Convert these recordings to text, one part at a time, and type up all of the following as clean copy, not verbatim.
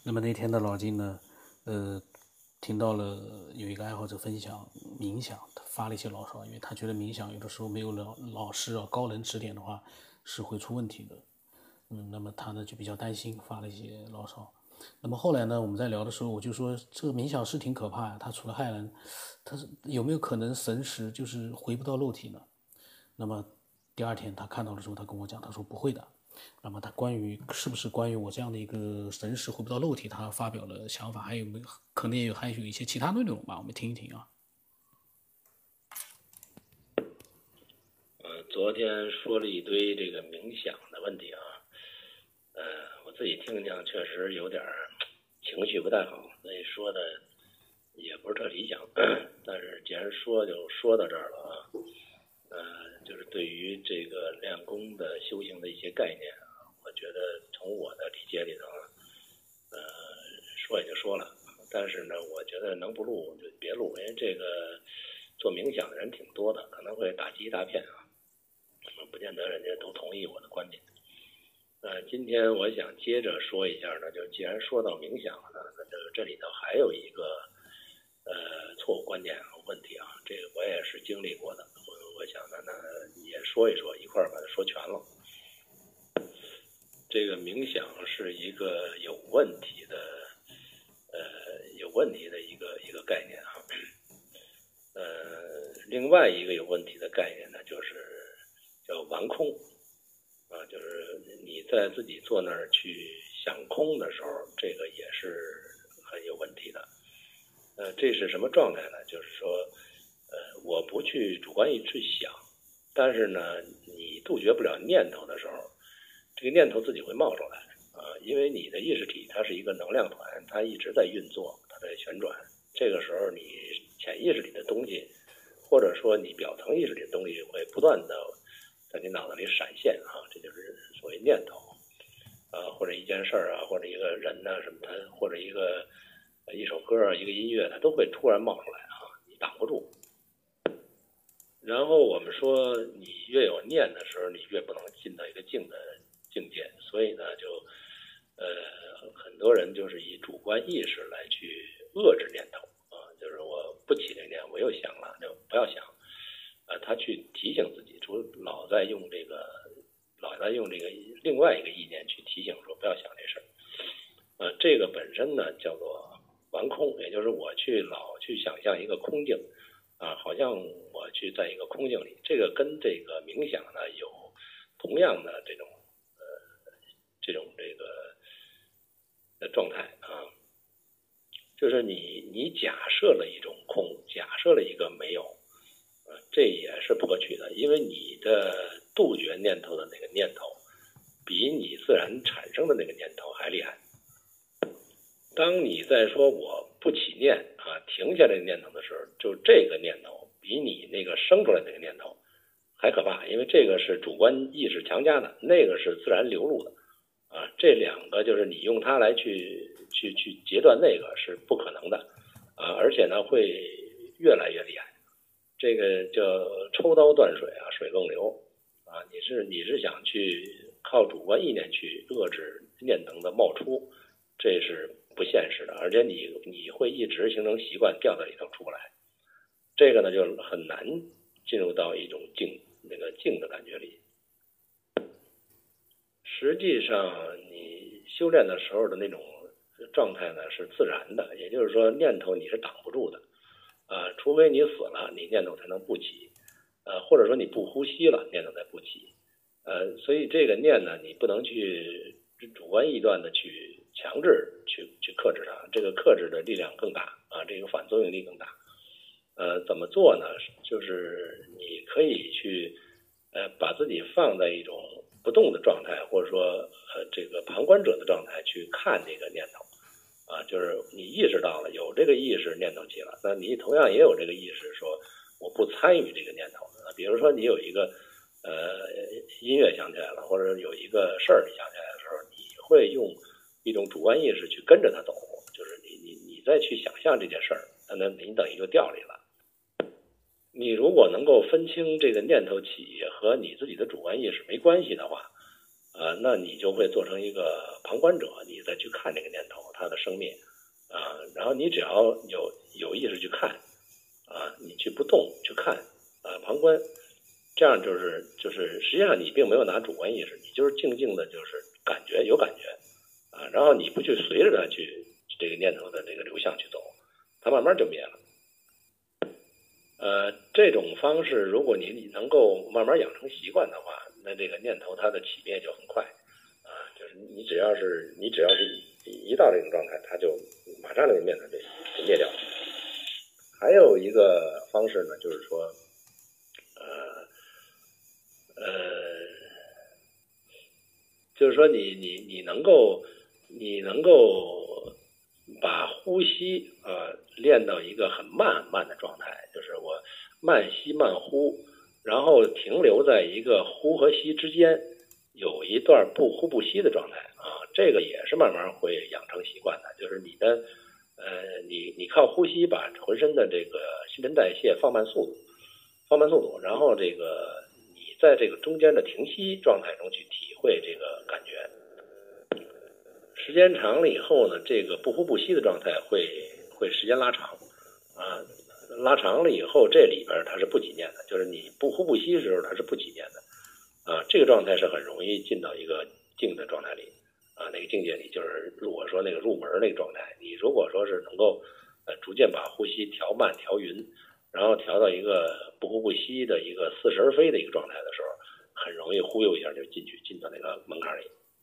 那么那天的老金呢，听到了有一个爱好者分享冥想，他发了一些牢骚，因为他觉得冥想有的时候没有老师高人指点的话是会出问题的。那么他呢就比较担心，发了一些牢骚。那么后来呢，我们在聊的时候，我就说这个冥想是挺可怕呀，它除了害人，它是有没有可能神识就是回不到肉体呢？那么第二天他看到的时候，他跟我讲，他说不会的。那么他是不是关于我这样的一个神识回不到肉体，他发表了想法，还有没有可能还有一些其他内容吧？我们听一听啊。 昨天说了一堆这个冥想的问题啊，我自己听讲确实有点情绪不太好，所以说的也不是特理想，但是既然说就说到这儿了啊，就是对于这个练功的修行的一些概念啊，我觉得从我的理解里头说也就说了，但是呢，我觉得能不录就别录，因为这个做冥想的人挺多的，可能会打击一大片啊，不见得人家都同意我的观点。今天我想接着说一下呢，就既然说到冥想了呢，那这里头还有一个错误观念和问题啊，这个我也是经历过的，我想呢也说一说，一块儿把它说全了。这个冥想是一个有问题的一个概念啊。另外一个有问题的概念呢，就是叫玩空啊，就是你在自己坐那儿去想空的时候，这个也是很有问题的。这是什么状态呢？就是说，我不去主观意去想，但是呢，你杜绝不了念头的时候，这个念头自己会冒出来啊，因为你的意识体它是一个能量团，它一直在运作，它在旋转。这个时候，你潜意识里的东西，或者说你表层意识里的东西，会不断的在你脑子里闪现啊，这就是所谓念头啊，或者一件事儿啊，或者一个人呐什么的，或者一首歌啊，一个音乐，它都会突然冒出来啊，你挡不住。然后我们说，你越有念的时候，你越不能进到一个静的境界，所以呢，就很多人就是以主观意识来去遏制念头啊，就是我不起这念，我又想了，就不要想。他去提醒自己，老在用这个另外一个意念去提醒说不要想这事儿。这个本身呢叫做玩空，也就是我老去想象一个空境啊，好像我去在一个空境里，这个跟这个冥想呢有同样的这种状态啊，就是你假设了一种空，假设了一个没有。这也是不可取的，因为你的杜绝念头的那个念头，比你自然产生的那个念头还厉害。当你在说我不起念啊，停下来的念头的时候，就这个念头比你那个生出来的那个念头还可怕，因为这个是主观意识强加的，那个是自然流露的啊。这两个就是你用它来去截断那个是不可能的啊，而且呢会越来越厉害。这个叫抽刀断水啊，水更流啊！你是想去靠主观意念去遏制念能的冒出，这是不现实的，而且你会一直形成习惯掉在里头出不来。这个呢就很难进入到一种静的感觉里。实际上你修炼的时候的那种状态呢是自然的，也就是说念头你是挡不住的。除非你死了，你念头才能不起，或者说你不呼吸了，念头才不起，所以这个念呢，你不能去主观臆断的去强制去克制它，这个克制的力量更大啊，这个反作用力更大。怎么做呢？就是你可以去把自己放在一种不动的状态，或者说这个旁观者的状态去看这个念头。就是你意识到了有这个意识念头起了，那你同样也有这个意识说我不参与这个念头。比如说你有一个音乐想起来了，或者有一个事儿你想起来的时候，你会用一种主观意识去跟着它走，就是你再去想象这件事儿，那你等于就掉里了。你如果能够分清这个念头起和你自己的主观意识没关系的话，那你就会做成一个旁观者，你再去看这个念头， 它的生灭然后你只要有意识去看你去不动去看旁观，这样就是实际上你并没有拿主观意识，你就是静静的就是感觉有感觉然后你不去随着它去这个念头的这个流向去走，它慢慢就灭了。这种方式如果你能够慢慢养成习惯的话，那这个念头它的起灭就很快就是你只要是一到这种状态，它就马上这个念头就灭掉了。还有一个方式呢，就是说就是说你能够把呼吸练到一个很慢很慢的状态，就是我慢吸慢呼，然后停留在一个呼和吸之间有一段不呼不吸的状态这个也是慢慢会养成习惯的，就是你的你靠呼吸把浑身的这个新陈代谢放慢速度，然后这个你在这个中间的停息状态中去体会这个感觉。时间长了以后呢，这个不呼不吸的状态会时间拉长拉长了以后，这里边它是不起念的，就是你不呼不吸的时候它是不起念的这个状态是很容易进到一个静的状态里那个境界里，就是如果说那个入门那个状态，你如果说是能够逐渐把呼吸调慢调匀，然后调到一个不呼不吸的一个似是而非的一个状态的时候，很容易忽悠一下就进到那个门槛里。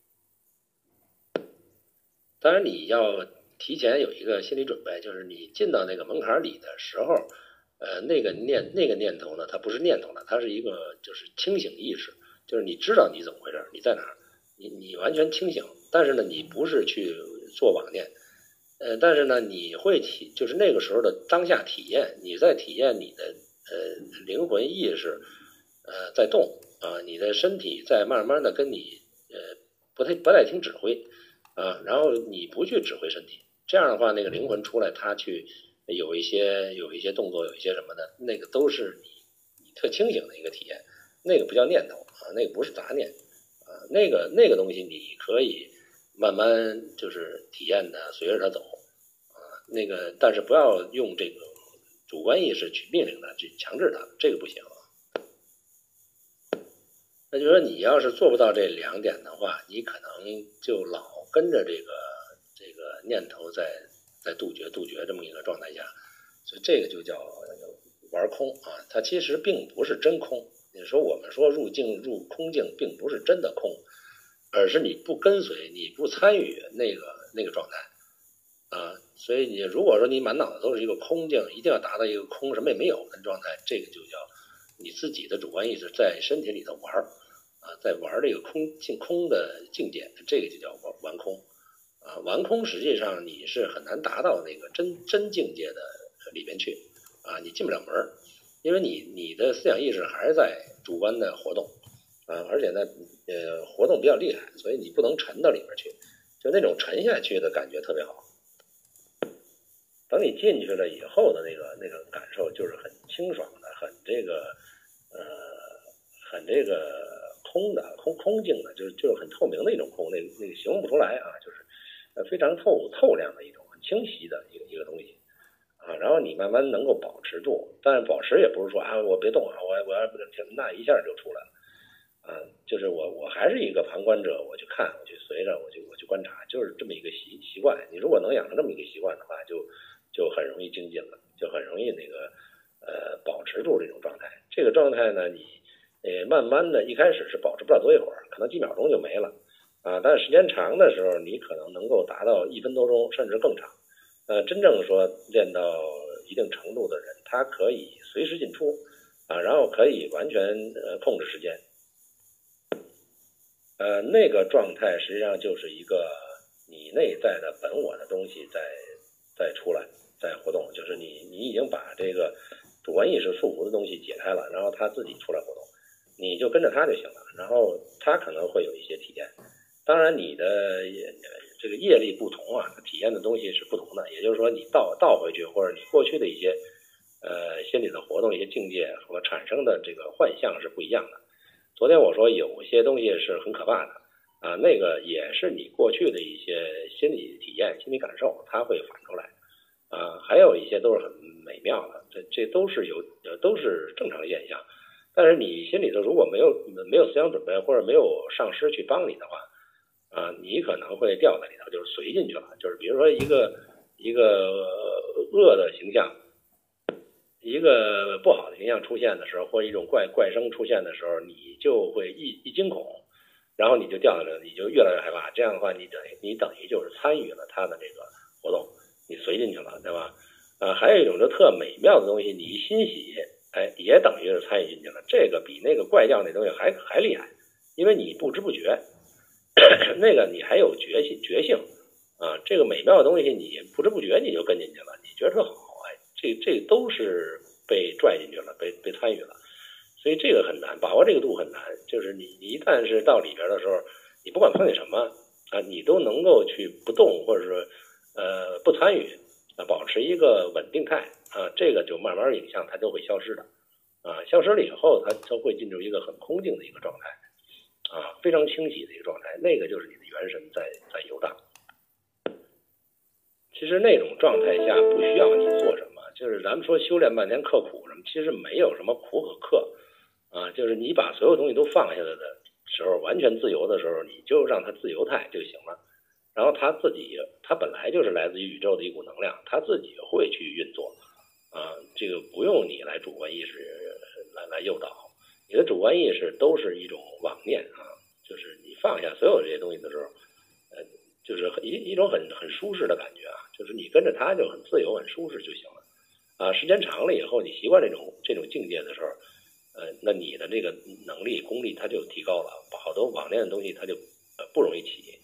当然你要提前有一个心理准备，就是你进到那个门槛里的时候那个念头呢，它不是念头了，它是一个就是清醒意识，就是你知道你怎么回事，你在哪儿，你完全清醒，但是呢你不是去做妄念但是呢你会就是那个时候的当下体验，你在体验你的灵魂意识在动你的身体在慢慢的跟你不太听指挥然后你不去指挥身体，这样的话那个灵魂出来，它去有一些动作，有一些什么的，那个都是你特清醒的一个体验，那个不叫念头那个不是杂念那个东西你可以慢慢就是体验的随着它走那个但是不要用这个主观意识去命令它，去强制它，这个不行那就是说你要是做不到这2点的话，你可能就老跟着这个念头在杜绝这么一个状态下，所以这个就叫玩空它其实并不是真空。你说我们说入空境并不是真的空，而是你不跟随，你不参与那个状态所以你如果说你满脑子都是一个空境，一定要达到一个空什么也没有的状态，这个就叫你自己的主观意识在身体里头玩在玩这个空的境界，这个就叫玩空玩空实际上你是很难达到那个真境界的里边去你进不了门，因为你的思想意识还是在主观的活动而且呢活动比较厉害，所以你不能沉到里面去，就那种沉下去的感觉特别好。等你进去了以后的那个感受就是很清爽的，很这个空的空境的，就是很透明的一种空，那个形容不出来就是非常透亮的一种很清晰的一个东西然后你慢慢能够保持住，但是保持也不是说我别动我要不停，那一下就出来了就是我还是一个旁观者，我去看，我去随着，我去观察，就是这么一个习惯。你如果能养成这么一个习惯的话，就很容易精进了，就很容易那个保持住这种状态。这个状态呢，你慢慢的一开始是保持不了多一会儿，可能几秒钟就没了但是时间长的时候，你可能能够达到1分多钟甚至更长。真正说练到一定程度的人，他可以随时进出然后可以完全控制时间。那个状态实际上就是一个你内在的本我的东西在出来，在活动，就是你已经把这个主观意识束缚的东西解开了，然后他自己出来活动，你就跟着他就行了，然后他可能会有一些体验。当然你的这个业力不同体验的东西是不同的，也就是说你倒回去，或者你过去的一些心理的活动，一些境界和产生的这个幻象是不一样的。昨天我说有些东西是很可怕的那个也是你过去的一些心理体验、 心理感受，它会反出来。还有一些都是很美妙的，这都是都是正常现象。但是你心里头如果没有思想准备，或者没有上师去帮你的话，你可能会掉在里头，就是随进去了。就是比如说一个恶的形象，一个不好的形象出现的时候，或者一种怪声出现的时候，你就会一惊恐，然后你就掉在这，你就越来越害怕。这样的话，你等于就是参与了他的这个活动，你随进去了，对吧？还有一种就特美妙的东西，你一欣喜，也等于是参与进去了。这个比那个怪叫那东西还厉害，因为你不知不觉，那个你还有觉性这个美妙的东西你不知不觉你就跟进去了，你觉得特好，这都是被拽进去了，被参与了。所以这个很难把握，这个度很难。就是你一旦是到里边的时候，你不管碰见什么你都能够去不动，或者说不参与保持一个稳定态这个就慢慢影像它就会消失的消失了以后，它就会进入一个很空静的一个状态非常清晰的一个状态，那个就是你的元神在游荡。其实那种状态下不需要你做什么，就是咱们说修炼半天刻苦什么，其实没有什么苦可刻就是你把所有东西都放下来的时候，完全自由的时候，你就让它自由态就行了。然后它本来就是来自于宇宙的一股能量，它自己会去运作这个不用你来主观意识来诱导，你的主观意识都是一种妄念就是你放下所有这些东西的时候就是一种很舒适的感觉就是你跟着它就很自由很舒适就行了时间长了以后，你习惯这种境界的时候那你的这个能力功力它就提高了，好多妄念的东西它就不容易起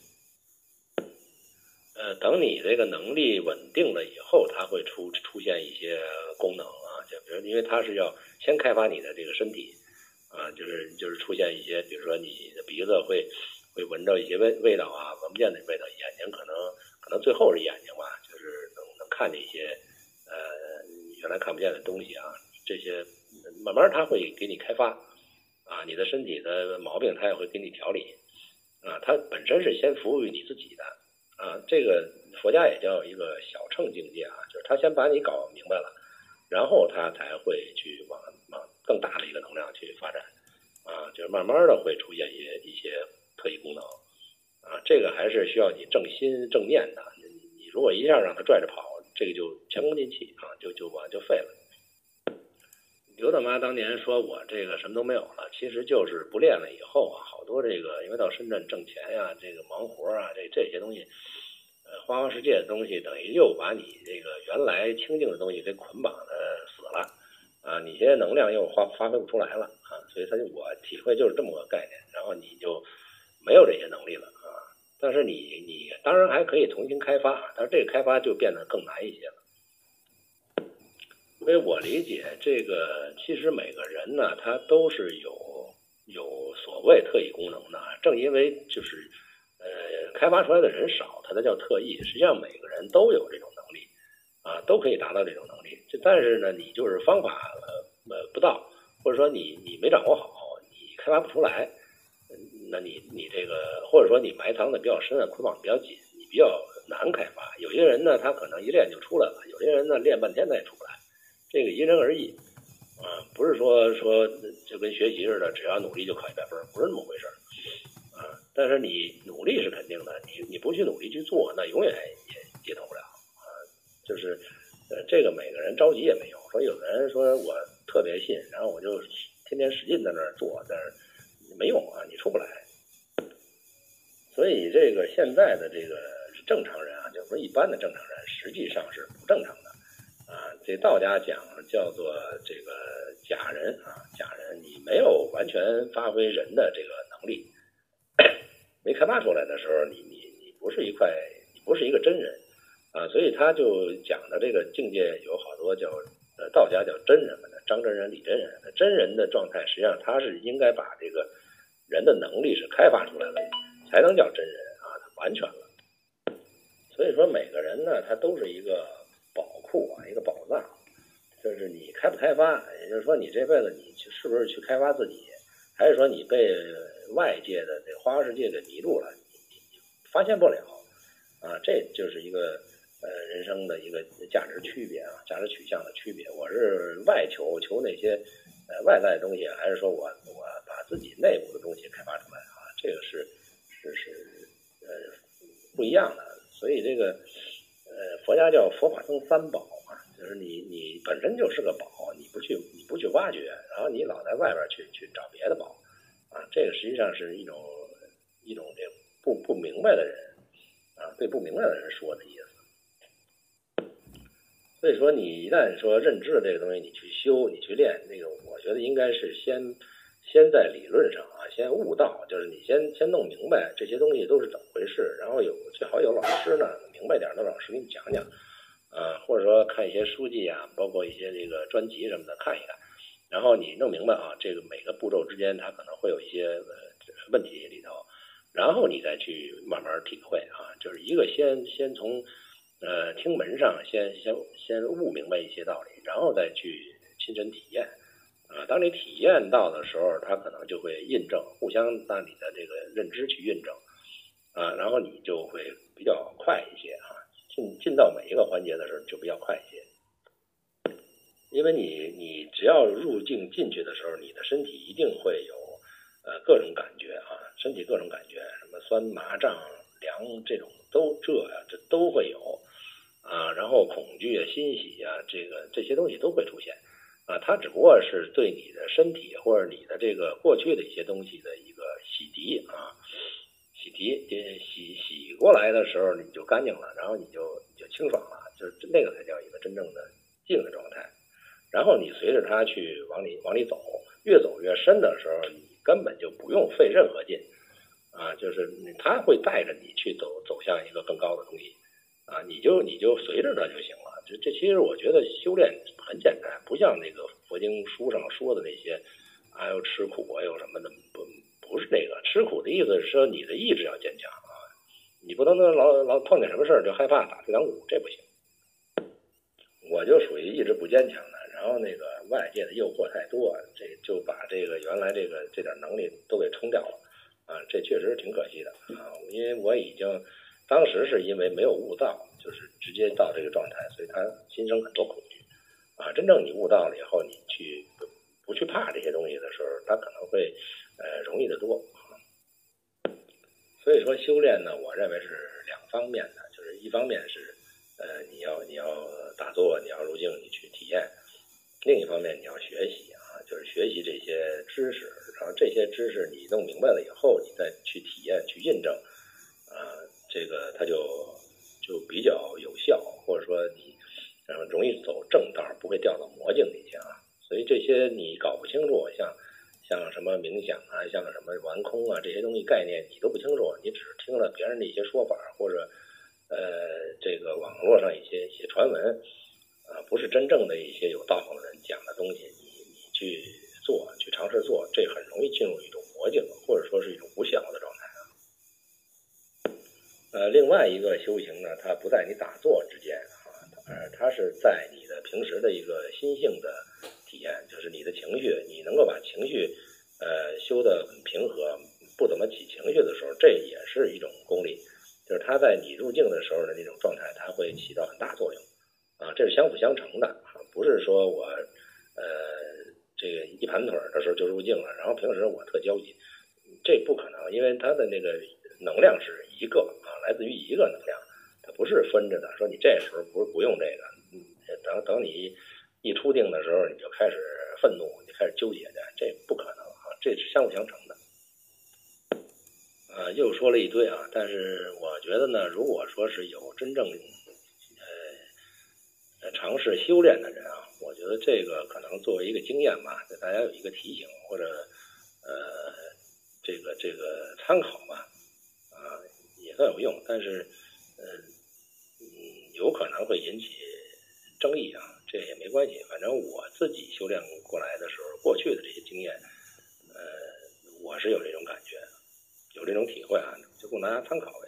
等你这个能力稳定了以后，它会出现一些功能就比如因为它是要先开发你的这个身体就是出现一些，比如说你的鼻子会闻到一些味道闻不见的味道，眼睛可能最后是眼睛吧，就是能看见一些原来看不见的东西这些慢慢它会给你开发你的身体的毛病它也会给你调理它本身是先服务于你自己的这个佛家也叫一个小乘境界就是他先把你搞明白了，然后他才会去往更大的一个能量去发展就是慢慢的会出现一些特异功能这个还是需要你正心正念的。你如果一下让他拽着跑，这个就前功尽弃就废了。刘大妈当年说我这个什么都没有了，其实就是不练了以后好多这个因为到深圳挣钱这个忙活这些东西花花世界的东西，等于又把你这个原来清净的东西给捆绑的死了你现在能量又发挥不出来了所以我体会就是这么个概念，然后你就没有这些能力了但是你当然还可以重新开发，但是这个开发就变得更难一些了。所以我理解这个，其实每个人呢，他都是有所谓特异功能的，正因为就是开发出来的人少，它才叫特异。实际上每个人都有这种能力都可以达到这种能力。但是呢，你就是方法不到，或者说你没掌握好，你开发不出来，那你这个或者说你埋藏的比较深捆绑的比较紧，你比较难开发。有些人呢，他可能一练就出来了，有些人呢练半天才出来。这个因人而异不是说就跟学习似的，只要努力就考100分，不是那么回事但是你努力是肯定的，你不去努力去做，那永远也接头不了就是这个每个人着急也没有。说有的人说我特别信，然后我就天天使劲在那儿做，但是没用你出不来。所以这个现在的这个正常人就是说一般的正常人，实际上是不正常的这道家讲叫做这个假人假人，你没有完全发挥人的这个能力，没开发出来的时候，你不是一个真人所以他就讲的这个境界有好多叫道家叫真人们的，张真人、李真人。真人的状态实际上他是应该把这个人的能力是开发出来了，才能叫真人他完全了。所以说每个人呢，他都是一个宝库一个宝藏，就是你开不开发，也就是说你这辈子你是不是去开发自己，还是说你被外界的这个花花世界给迷住了，你发现不了这就是一个人生的一个价值区别啊，价值取向的区别。我是外求那些外在的东西，还是说我把自己内部的东西开发出来啊？这个是不一样的。所以这个佛家叫佛法僧三宝嘛，就是你本身就是个宝，你不去挖掘，然后你老在外边去找别的宝啊，这个实际上是一种这不明白的人啊，对不明白的人说的意思。所以说，你一旦说认知了这个东西，你去修，你去练，那个我觉得应该是先在理论上啊，先悟道，就是你先弄明白这些东西都是怎么回事，然后最好有老师呢，明白点的老师给你讲讲啊，或者说看一些书籍啊，包括一些这个专辑什么的看一看，然后你弄明白啊，这个每个步骤之间它可能会有一些问题里头，然后你再去慢慢体会啊，就是一个先从听门上先悟明白一些道理，然后再去亲身体验啊。当你体验到的时候，它可能就会印证，互相拿你的这个认知去印证啊，然后你就会比较快一些啊。进到每一个环节的时候就比较快一些，因为你只要入境进去的时候，你的身体一定会有各种感觉啊，身体各种感觉，什么酸麻胀凉这种这都会有啊，然后恐惧啊、欣喜啊，这些东西都会出现啊，它只不过是对你的身体或者你的这个过去的一些东西的一个洗涤啊，洗过来的时候你就干净了，然后你就清爽了，就是那个才叫一个真正的静的状态。然后你随着它去往里走，越走越深的时候，你根本就不用费任何劲啊，就是它会带着你去走向一个更高的东西啊，你就随着它就行了。这其实我觉得修炼很简单，不像那个佛经书上说的那些要吃苦啊，有什么的，不是那个吃苦的意思是说你的意志要坚强啊，你不能老碰见什么事儿就害怕打退堂鼓，这不行。我就属于意志不坚强的，然后那个外界的诱惑太多，这就把这个原来这点能力都给冲掉了啊，这确实挺可惜的啊。因为我已经当时是因为没有悟道，就是直接到这个状态，所以他心生很多恐惧啊。真正你悟道了以后，你不去怕这些东西的时候，他可能会容易得多啊。所以说修炼呢，我认为是两方面的，就是一方面是你要打坐，你要入境，你去体验；另一方面你要学习啊，就是学习这些知识，然后这些知识你弄明白了以后，你再去体验、去印证啊，这个它就比较有效，或者说你容易走正道，不会掉到魔境里去啊。所以这些你搞不清楚，像什么冥想啊，像什么玩空啊，这些东西概念你都不清楚，你只是听了别人的一些说法，或者这个网络上一些传闻啊，不是真正的一些有道行的人讲的东西，你去做，去尝试做，这很容易进入一种魔境，或者说是一种无效的状态啊。另外一个修行呢，它不在你打坐之间啊，它是在你的平时的一个心性的体验，就是你的情绪，你能够把情绪修得很平和，不怎么起情绪的时候，这也是一种功力。就是它在你入境的时候的那种状态，它会起到很大作用啊，这是相辅相成的啊，不是说我这个一盘腿的时候就入境了，然后平时我特焦急，这不可能，因为它的那个能量是一个啊，来自于一个能量，它不是分着的，说你这时候不用这个，等你一出定的时候，你就开始愤怒，你开始纠结的，这不可能啊，这是相辅相成的。又说了一堆啊，但是我觉得呢，如果说是有真正尝试修炼的人啊，我觉得这个可能作为一个经验吧，给大家有一个提醒或者这个参考吧，啊，也算有用，但是有可能会引起争议啊，这也没关系，反正我自己修炼过来的时候，过去的这些经验，我是有这种感觉的。有这种体会啊，就供大家参考呗。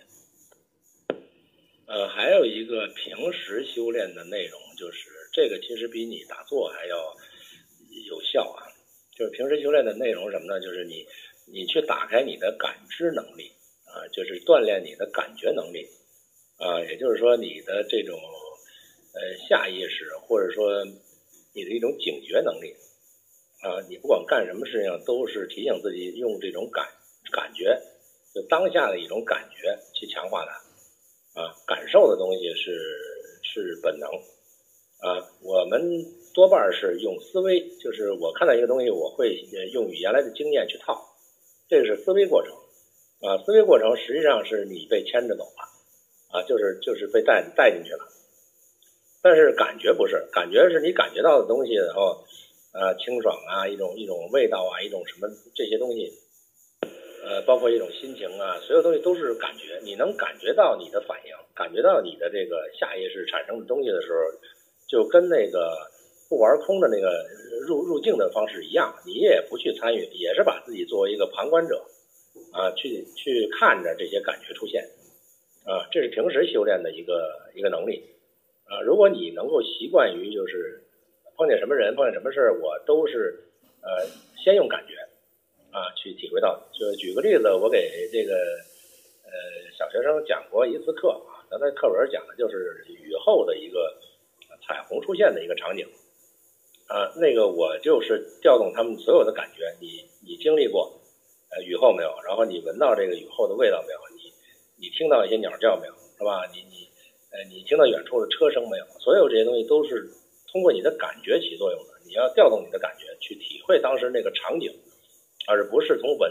还有一个平时修炼的内容，就是这个其实比你打坐还要有效啊。就是平时修炼的内容什么呢？就是你去打开你的感知能力啊，就是锻炼你的感觉能力也就是说你的这种下意识或者说你的一种警觉能力你不管干什么事情都是提醒自己用这种感觉，就当下的一种感觉去强化它感受的东西是本能我们多半是用思维，就是我看到一个东西我会用原来的经验去套，这个是思维过程思维过程实际上是你被牵着走了就是被带进去了，但是感觉不是，感觉是你感觉到的东西，然后清爽一种味道一种什么这些东西包括一种心情所有东西都是感觉，你能感觉到你的反应，感觉到你的这个下意识产生的东西的时候，就跟那个不玩空的那个入境的方式一样，你也不去参与，也是把自己作为一个旁观者去看着这些感觉出现这是平时修炼的一个能力如果你能够习惯于就是碰见什么人碰见什么事我都是先用感觉去体会到。就举个例子，我给这个小学生讲过一次课咱在课文讲的就是雨后的一个彩虹出现的一个场景那个我就是调动他们所有的感觉，你经历过雨后没有？然后你闻到这个雨后的味道没有？你听到一些鸟叫没有？是吧？你听到远处的车声没有？所有这些东西都是通过你的感觉起作用的，你要调动你的感觉去体会当时那个场景，而不是从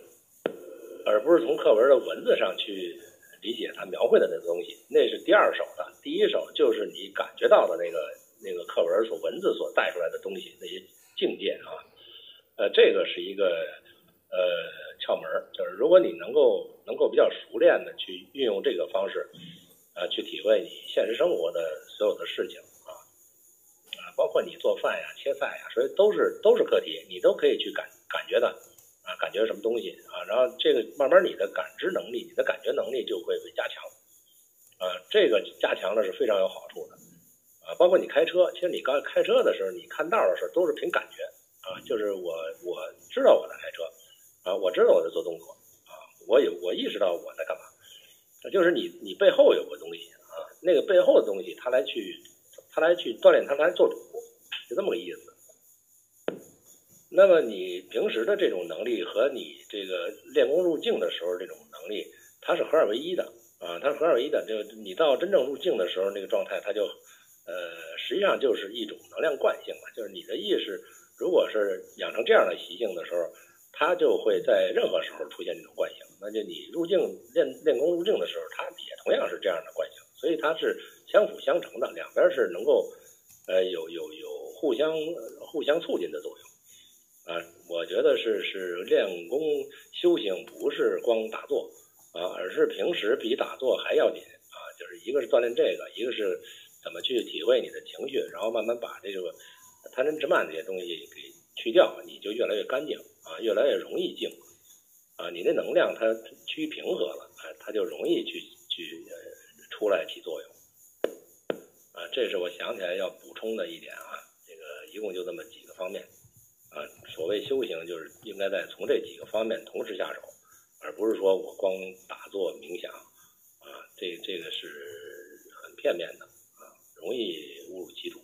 课文的文字上去理解它描绘的那个东西，那是第二手的。第一手就是你感觉到的那个课文所文字所带出来的东西，那些境界这个是一个窍门，就是如果你能够比较熟练的去运用这个方式去体会你现实生活的所有的事情包括你做饭切菜所以都是课题，你都可以去感觉的感觉什么东西然后这个慢慢你的感知能力你的感觉能力就会被加强这个加强了是非常有好处的包括你开车，其实你刚开车的时候你看道的时候都是凭感觉就是我知道我在开车我知道我在做动作我意识到我在干嘛就是你背后有个东西那个背后的东西他来去锻炼他来做主，就这么个意思。那么你平时的这种能力和你这个练功入境的时候这种能力它是合二为一的它是合二为一的，就你到真正入境的时候那个状态它就实际上就是一种能量惯性嘛，就是你的意识如果是养成这样的习性的时候它就会在任何时候出现这种惯性，那就你入境练功入境的时候它也同样是这样的惯性，所以它是相辅相成的，两边是能够有互相促进的作用我觉得是练功修行不是光打坐而是平时比打坐还要紧就是一个是锻炼这个，一个是怎么去体会你的情绪，然后慢慢把这个贪嗔痴慢这些东西给去掉，你就越来越干净越来越容易静你那能量它趋于平和了它就容易去出来起作用这是我想起来要补充的一点这个一共就这么几个方面所谓修行就是应该在从这几个方面同时下手，而不是说我光打坐冥想这个是很片面的容易误入歧途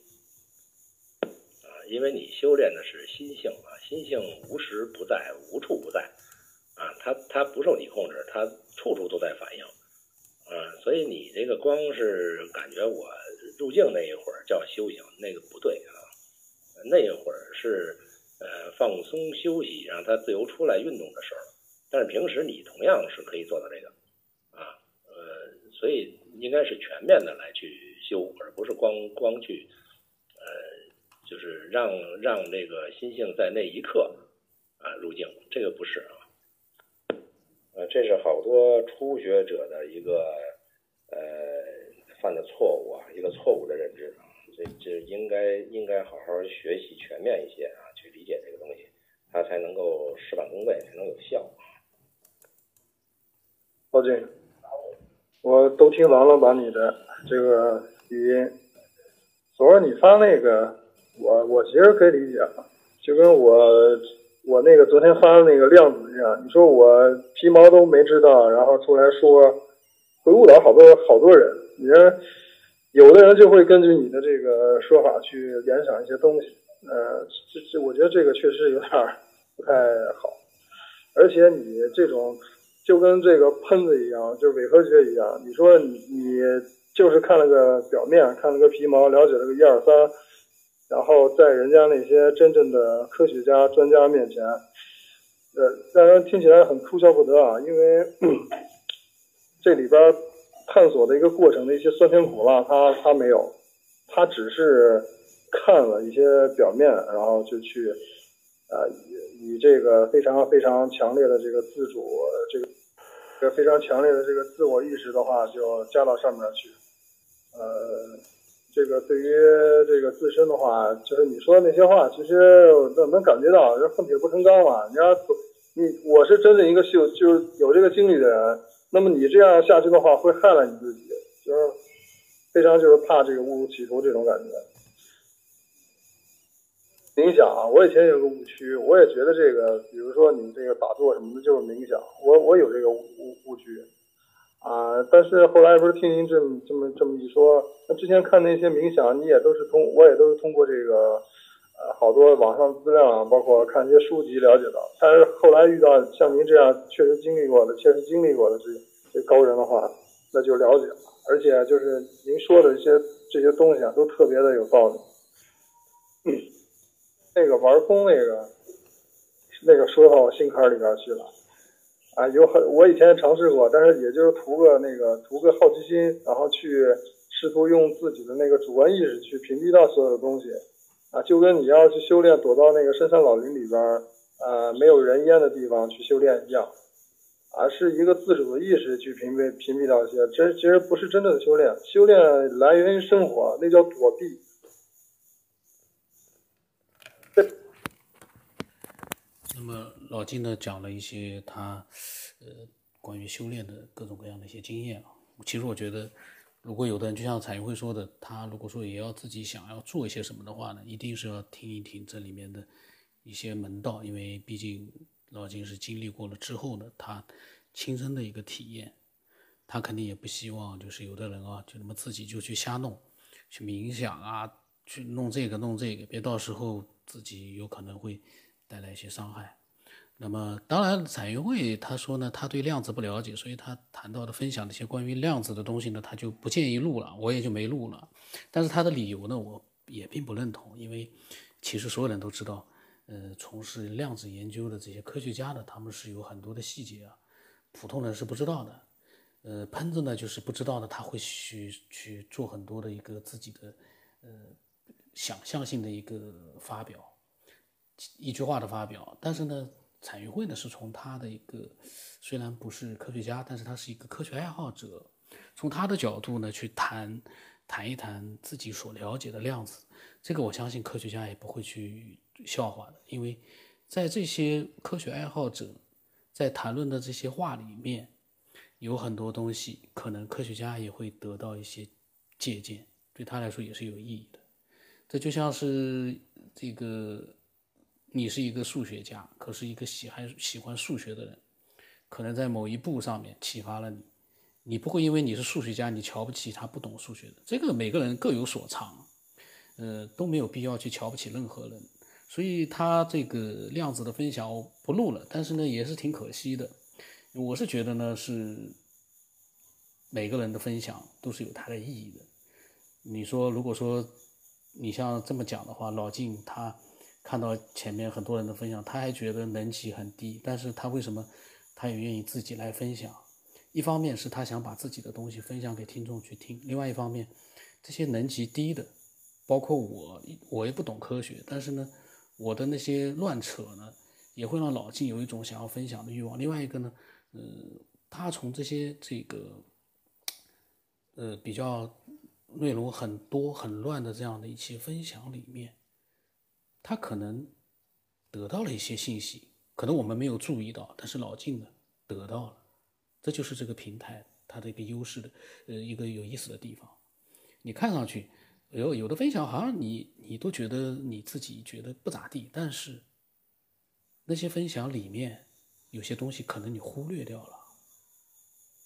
因为你修炼的是心性心性无时不在无处不在它不受你控制，它处处都在反应所以你这个光是感觉我入境那一会儿叫修行，那个不对那一会儿是放松休息让它自由出来运动的时候，但是平时你同样是可以做到这个所以应该是全面的来去修，而不是光去就是让这个心性在那一刻入境，这个不是这是好多初学者的一个犯的错误一个错误的认知这应该好好学习全面一些去理解这个东西，它才能够事半功倍，才能有效。 老金，我都听完了把你的这个语音，昨儿你发那个我其实可以理解就跟我那个昨天发的那个量子一样，你说我皮毛都没知道，然后出来说会误导好多人。你看，有的人就会根据你的这个说法去联想一些东西，我觉得这个确实有点不太好。而且你这种就跟这个喷子一样，就是伪科学一样，你说你就是看了个表面，看了个皮毛，了解了个一二三，然后在人家那些真正的科学家专家面前，让人听起来很哭笑不得啊，因为这里边探索的一个过程的一些酸甜苦辣，他没有，他只是看了一些表面，然后就去以这个非常非常强烈的这个自主，这个非常强烈的这个自我意识的话，就加到上面去。这个对于这个自身的话，就是你说的那些话，其实能感觉到，这恨铁不成钢嘛。我是真正一个就是有这个经历的人，那么你这样下去的话，会害了你自己，就是非常就是怕这个误入歧途这种感觉。冥想啊，我以前有个误区，我也觉得这个，比如说你这个打坐什么的，就是冥想，我有这个误区啊。但是后来不是听您这么一说，那之前看那些冥想，我也都是通过这个好多网上资料啊，包括看一些书籍了解到。但是后来遇到像您这样确实经历过的这高人的话，那就了解了。而且就是您说的这些东西啊，都特别的有道理。那个玩空那个说到我心坎里边去了啊，我以前尝试过，但是也就是图个好奇心，然后去试图用自己的那个主观意识去屏蔽到所有的东西啊，就跟你要去修炼躲到那个深山老林里边没有人烟的地方去修炼一样啊，是一个自主的意识去屏蔽到一些，其实不是真正的修炼，修炼来源于生活，那叫躲避。 那么老金呢讲了一些他关于修炼的各种各样的一些经验啊。其实我觉得，如果有的人就像彩云会说的，他如果说也要自己想要做一些什么的话呢，一定是要听一听这里面的一些门道，因为毕竟老金是经历过了之后呢，他亲身的一个体验，他肯定也不希望就是有的人啊，就那么自己就去瞎弄，去冥想啊，去弄这个，别到时候自己有可能会带来一些伤害。那么当然彩云会他说呢，他对量子不了解，所以他谈到的分享的一些关于量子的东西呢，他就不建议录了，我也就没录了。但是他的理由呢，我也并不认同，因为其实所有人都知道，从事量子研究的这些科学家呢，他们是有很多的细节啊，普通人是不知道的。喷子呢就是不知道的，他会去做很多的一个自己的想象性的一个发表，一句话的发表。但是呢，彩云会呢是从他的一个虽然不是科学家，但是他是一个科学爱好者，从他的角度呢去谈一谈自己所了解的量子。这个我相信科学家也不会去笑话的，因为在这些科学爱好者在谈论的这些话里面，有很多东西可能科学家也会得到一些借鉴，对他来说也是有意义的。这就像是这个，你是一个数学家，可是一个喜欢数学的人，可能在某一步上面启发了你，你不会因为你是数学家，你瞧不起他不懂数学的。这个每个人各有所长，都没有必要去瞧不起任何人。所以他这个量子的分享我不录了，但是呢也是挺可惜的。我是觉得呢是每个人的分享都是有它的意义的。你说如果说你像这么讲的话，老晋他看到前面很多人的分享，他还觉得能级很低，但是他为什么他也愿意自己来分享？一方面是他想把自己的东西分享给听众去听，另外一方面这些能级低的，包括我也不懂科学，但是呢我的那些乱扯呢也会让老晋有一种想要分享的欲望。另外一个呢他从这些比较内容很多很乱的这样的一些分享里面，他可能得到了一些信息，可能我们没有注意到，但是老晋呢得到了。这就是这个平台它的一个优势的一个有意思的地方。你看上去有的分享好像你都觉得你自己觉得不咋地，但是那些分享里面有些东西可能你忽略掉了。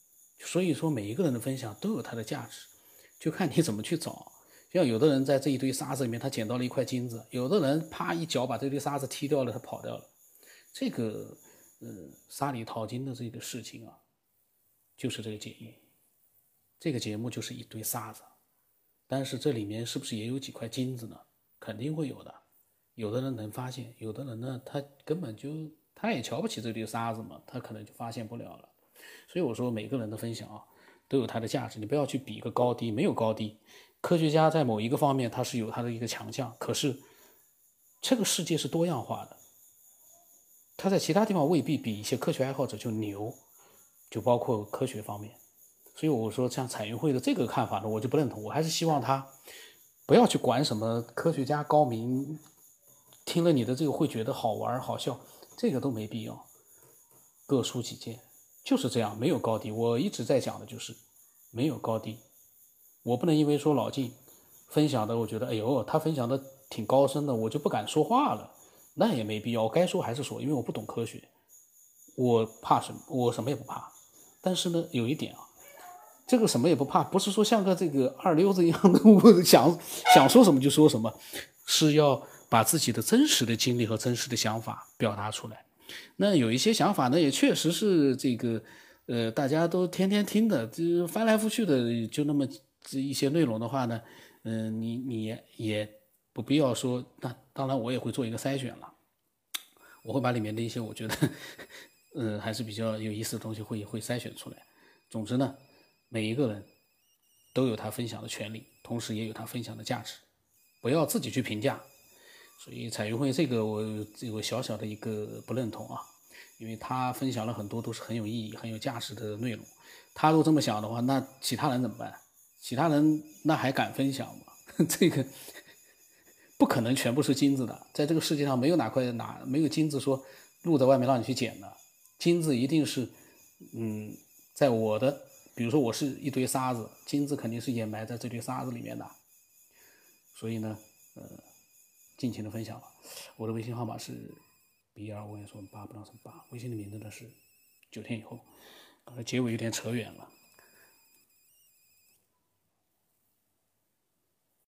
所以说每一个人的分享都有它的价值，就看你怎么去找。像有的人在这一堆沙子里面，他捡到了一块金子，有的人啪一脚把这堆沙子踢掉了，他跑掉了。这个沙里淘金的这个事情啊，就是这个检验。这个节目就是一堆沙子，但是这里面是不是也有几块金子呢？肯定会有的。有的人能发现，有的人呢，他根本就他也瞧不起这堆沙子嘛，他可能就发现不了了。所以我说每个人的分享啊，都有它的价值，你不要去比一个高低，没有高低。科学家在某一个方面他是有他的一个强项，可是这个世界是多样化的，他在其他地方未必比一些科学爱好者就牛，就包括科学方面。所以我说像彩云会的这个看法呢，我就不认同。我还是希望他不要去管什么科学家高明，听了你的这个会觉得好玩好笑，这个都没必要，各抒己见，就是这样，没有高低。我一直在讲的就是没有高低。我不能因为说老晋分享的，我觉得哎呦他分享的挺高深的，我就不敢说话了，那也没必要。我该说还是说，因为我不懂科学，我怕什么？我什么也不怕。但是呢，有一点啊，这个什么也不怕，不是说像个这个二流子一样的，我想说什么就说什么，是要把自己的真实的经历和真实的想法表达出来。那有一些想法呢，也确实是这个大家都天天听的，就翻来覆去的，就那么这一些内容的话呢，你也不必要说。那当然，我也会做一个筛选了，我会把里面的一些我觉得还是比较有意思的东西会筛选出来。总之呢，每一个人都有他分享的权利，同时也有他分享的价值，不要自己去评价。所以彩云会这个我有小小的一个不认同啊，因为他分享了很多都是很有意义很有价值的内容，他都这么想的话，那其他人怎么办？其他人那还敢分享吗？这个不可能全部是金子的，在这个世界上没有没有金子说露在外面让你去捡的，金子一定是在我的，比如说我是一堆沙子，金子肯定是掩埋在这堆沙子里面的。所以呢尽情的分享了。我的微信号码是 B258，不知道什么8，微信的名字呢是9天以后。结尾有点扯远了。